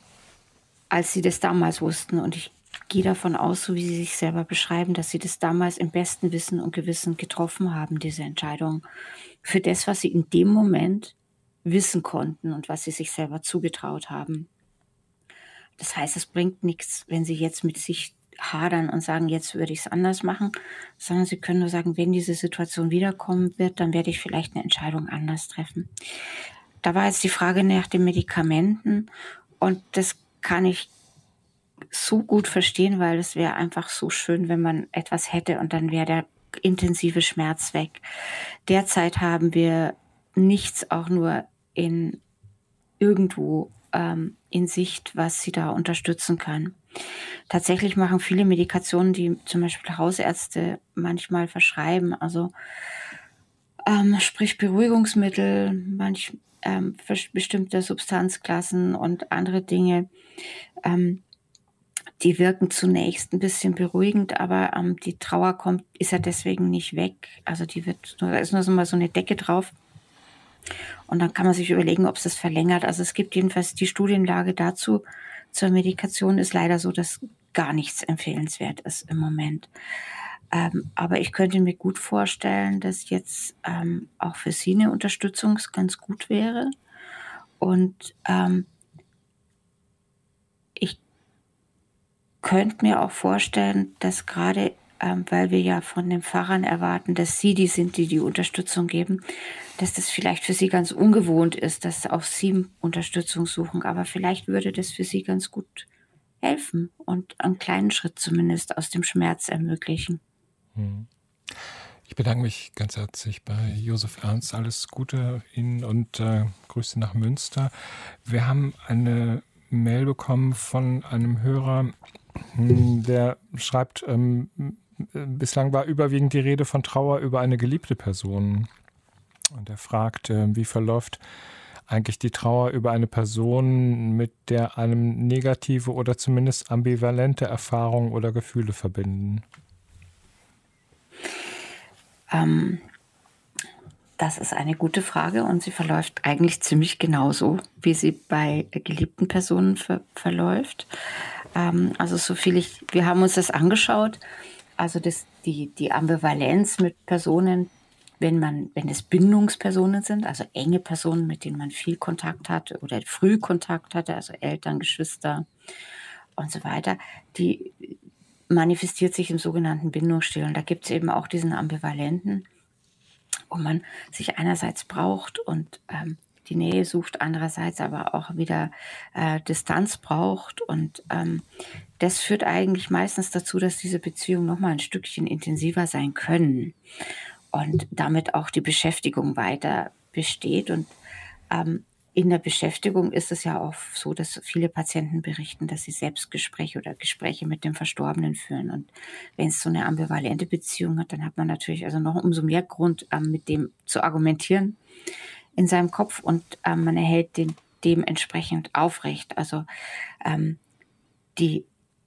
als Sie das damals wussten, und ich gehe davon aus, so wie Sie sich selber beschreiben, dass Sie das damals im besten Wissen und Gewissen getroffen haben, diese Entscheidung, für das, was Sie in dem Moment wissen konnten und was Sie sich selber zugetraut haben. Das heißt, es bringt nichts, wenn Sie jetzt mit sich hadern und sagen, jetzt würde ich es anders machen, sondern Sie können nur sagen, wenn diese Situation wiederkommen wird, dann werde ich vielleicht eine Entscheidung anders treffen. Da war jetzt die Frage nach den Medikamenten und das kann ich so gut verstehen, weil es wäre einfach so schön, wenn man etwas hätte und dann wäre der intensive Schmerz weg. Derzeit haben wir nichts auch nur in irgendwo ähm, in Sicht, was sie da unterstützen kann. Tatsächlich machen viele Medikationen, die zum Beispiel Hausärzte manchmal verschreiben, also ähm, sprich Beruhigungsmittel, manch ähm, bestimmte Substanzklassen und andere Dinge, ähm, die wirken zunächst ein bisschen beruhigend, aber ähm, die Trauer kommt, ist ja deswegen nicht weg. Also die wird, da ist nur so mal so eine Decke drauf. Und dann kann man sich überlegen, ob es das verlängert. Also es gibt jedenfalls die Studienlage dazu. Zur Medikation ist leider so, dass gar nichts empfehlenswert ist im Moment. Ähm, aber ich könnte mir gut vorstellen, dass jetzt ähm, auch für Sie eine Unterstützung ganz gut wäre. Und ähm, ich könnte mir auch vorstellen, dass gerade, ähm, weil wir ja von den Pfarrern erwarten, dass Sie die sind, die die Unterstützung geben, dass das vielleicht für Sie ganz ungewohnt ist, dass auch Sie Unterstützung suchen. Aber vielleicht würde das für Sie ganz gut helfen und einen kleinen Schritt zumindest aus dem Schmerz ermöglichen. Ich bedanke mich ganz herzlich bei Josef Ernst. Alles Gute Ihnen und äh, Grüße nach Münster. Wir haben eine Mail bekommen von einem Hörer, der schreibt, ähm, bislang war überwiegend die Rede von Trauer über eine geliebte Person. Und er fragt, äh, wie verläuft eigentlich die Trauer über eine Person, mit der einem negative oder zumindest ambivalente Erfahrungen oder Gefühle verbinden? Ähm, das ist eine gute Frage und sie verläuft eigentlich ziemlich genauso, wie sie bei geliebten Personen ver- verläuft. Ähm, also so viel ich, wir haben uns das angeschaut, also das, die, die Ambivalenz mit Personen, wenn man, wenn es Bindungspersonen sind, also enge Personen, mit denen man viel Kontakt hat oder früh Kontakt hatte, also Eltern, Geschwister und so weiter, die manifestiert sich im sogenannten Bindungsstil. Und da gibt es eben auch diesen ambivalenten, wo man sich einerseits braucht und ähm, die Nähe sucht, andererseits aber auch wieder äh, Distanz braucht. Und ähm, das führt eigentlich meistens dazu, dass diese Beziehungen nochmal ein Stückchen intensiver sein können und damit auch die Beschäftigung weiter besteht. Und ähm, in der Beschäftigung ist es ja auch so, dass viele Patienten berichten, dass sie Selbstgespräche oder Gespräche mit dem Verstorbenen führen. Und wenn es so eine ambivalente Beziehung hat, dann hat man natürlich also noch umso mehr Grund, ähm, mit dem zu argumentieren in seinem Kopf und ähm, man erhält den dementsprechend aufrecht. Also ähm, die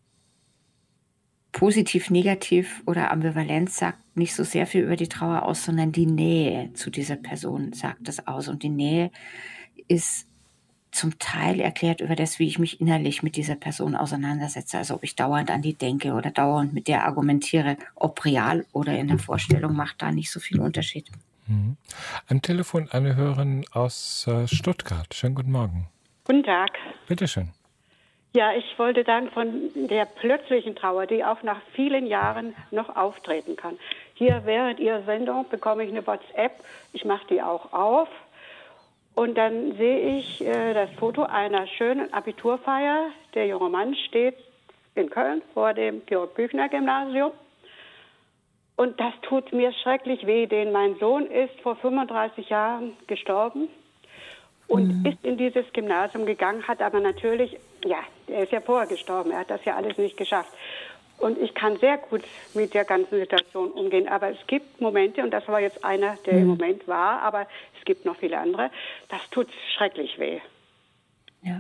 positiv, negativ oder Ambivalenz sagt nicht so sehr viel über die Trauer aus, sondern die Nähe zu dieser Person sagt das aus. Und die Nähe ist zum Teil erklärt über das, wie ich mich innerlich mit dieser Person auseinandersetze. Also ob ich dauernd an die denke oder dauernd mit der argumentiere, ob real oder in der Vorstellung, macht da nicht so viel Unterschied. Mhm. Am Telefon eine Hörerin aus äh, Stuttgart. Schönen guten Morgen. Guten Tag. Bitte schön. Ja, ich wollte sagen, von der plötzlichen Trauer, die auch nach vielen Jahren noch auftreten kann. Hier während Ihrer Sendung bekomme ich eine WhatsApp, ich mache die auch auf und dann sehe ich äh, das Foto einer schönen Abiturfeier. Der junge Mann steht in Köln vor dem Georg-Büchner-Gymnasium und das tut mir schrecklich weh, denn mein Sohn ist vor fünfunddreißig Jahren gestorben. Und mhm. ist in dieses Gymnasium gegangen, hat aber natürlich, ja, er ist ja vorher gestorben, er hat das ja alles nicht geschafft. Und ich kann sehr gut mit der ganzen Situation umgehen. Aber es gibt Momente, und das war jetzt einer, der mhm. im Moment war, aber es gibt noch viele andere, das tut schrecklich weh. Ja.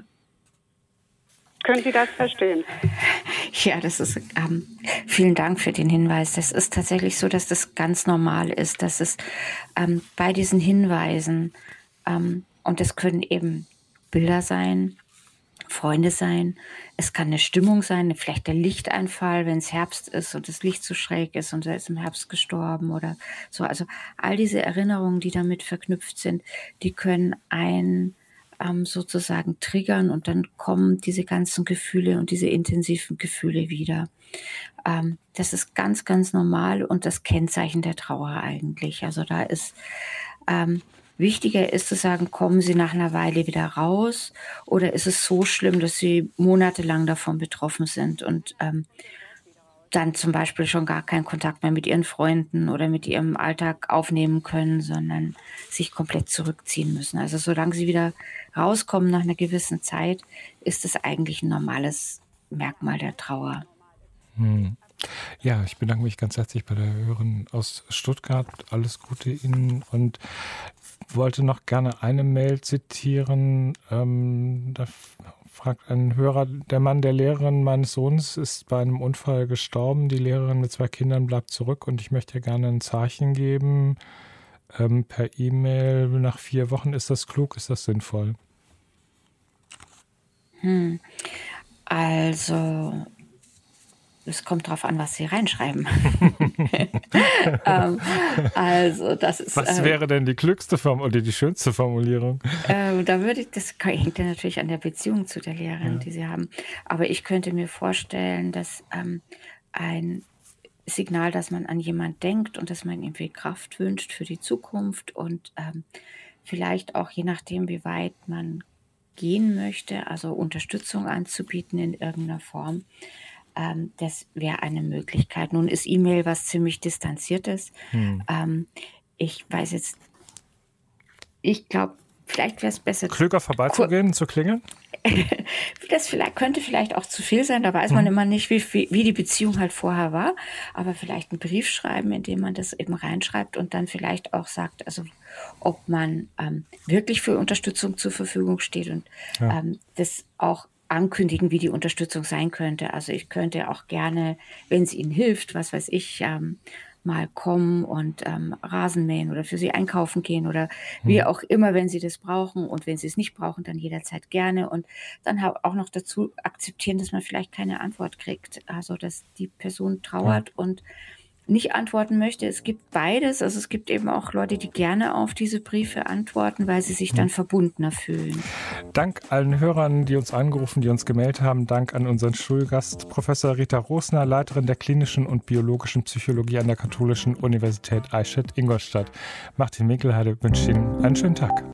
Können Sie das verstehen? Ja, das ist, ähm, vielen Dank für den Hinweis. Das ist tatsächlich so, dass das ganz normal ist, dass es ähm, bei diesen Hinweisen, ähm, und es können eben Bilder sein, Freunde sein, es kann eine Stimmung sein, vielleicht der Lichteinfall, wenn es Herbst ist und das Licht zu schräg ist und er ist im Herbst gestorben oder so. Also all diese Erinnerungen, die damit verknüpft sind, die können einen ähm, sozusagen triggern und dann kommen diese ganzen Gefühle und diese intensiven Gefühle wieder. Ähm, das ist ganz, ganz normal und das Kennzeichen der Trauer eigentlich. Also da ist ähm, wichtiger ist zu sagen, kommen Sie nach einer Weile wieder raus oder ist es so schlimm, dass Sie monatelang davon betroffen sind und ähm, dann zum Beispiel schon gar keinen Kontakt mehr mit Ihren Freunden oder mit Ihrem Alltag aufnehmen können, sondern sich komplett zurückziehen müssen. Also solange Sie wieder rauskommen nach einer gewissen Zeit, ist es eigentlich ein normales Merkmal der Trauer. Hm. Ja, ich bedanke mich ganz herzlich bei der Hörerin aus Stuttgart. Alles Gute Ihnen und wollte noch gerne eine Mail zitieren. Ähm, da fragt ein Hörer, der Mann der Lehrerin meines Sohnes ist bei einem Unfall gestorben. Die Lehrerin mit zwei Kindern bleibt zurück und ich möchte gerne ein Zeichen geben. Ähm, per E-Mail nach vier Wochen. Ist das klug? Ist das sinnvoll? Hm. Also es kommt drauf an, was Sie reinschreiben. ähm, also das ist. Was äh, wäre denn die klügste Form oder die schönste Formulierung? Äh, da würde ich, das hängt ja natürlich an der Beziehung zu der Lehrerin, ja. die Sie haben. Aber ich könnte mir vorstellen, dass ähm, ein Signal, dass man an jemand denkt und dass man irgendwie Kraft wünscht für die Zukunft und ähm, vielleicht auch je nachdem, wie weit man gehen möchte, also Unterstützung anzubieten in irgendeiner Form. Ähm, das wäre eine Möglichkeit. Nun ist E-Mail was ziemlich Distanziertes. Hm. Ähm, ich weiß jetzt, ich glaube, vielleicht wäre es besser. Klüger vorbeizugehen, kur- zu klingeln? Das vielleicht, könnte vielleicht auch zu viel sein, da weiß man hm. immer nicht, wie, wie, wie die Beziehung halt vorher war. Aber vielleicht einen Brief schreiben, in dem man das eben reinschreibt und dann vielleicht auch sagt, also ob man ähm, wirklich für Unterstützung zur Verfügung steht und ja. ähm, das auch ankündigen, wie die Unterstützung sein könnte. Also ich könnte auch gerne, wenn es Ihnen hilft, was weiß ich, ähm, mal kommen und ähm, Rasen mähen oder für Sie einkaufen gehen oder wie auch immer, wenn Sie das brauchen. Und wenn Sie es nicht brauchen, dann jederzeit gerne. Und dann auch noch dazu akzeptieren, dass man vielleicht keine Antwort kriegt. Also dass die Person trauert ja. und nicht antworten möchte. Es gibt beides. Also es gibt eben auch Leute, die gerne auf diese Briefe antworten, weil sie sich dann verbundener fühlen. Dank allen Hörern, die uns angerufen, die uns gemeldet haben. Dank an unseren Schulgast, Professor Rita Rosner, Leiterin der klinischen und biologischen Psychologie an der Katholischen Universität Eichstätt-Ingolstadt. Martin Winkelheide wünscht Ihnen einen schönen Tag.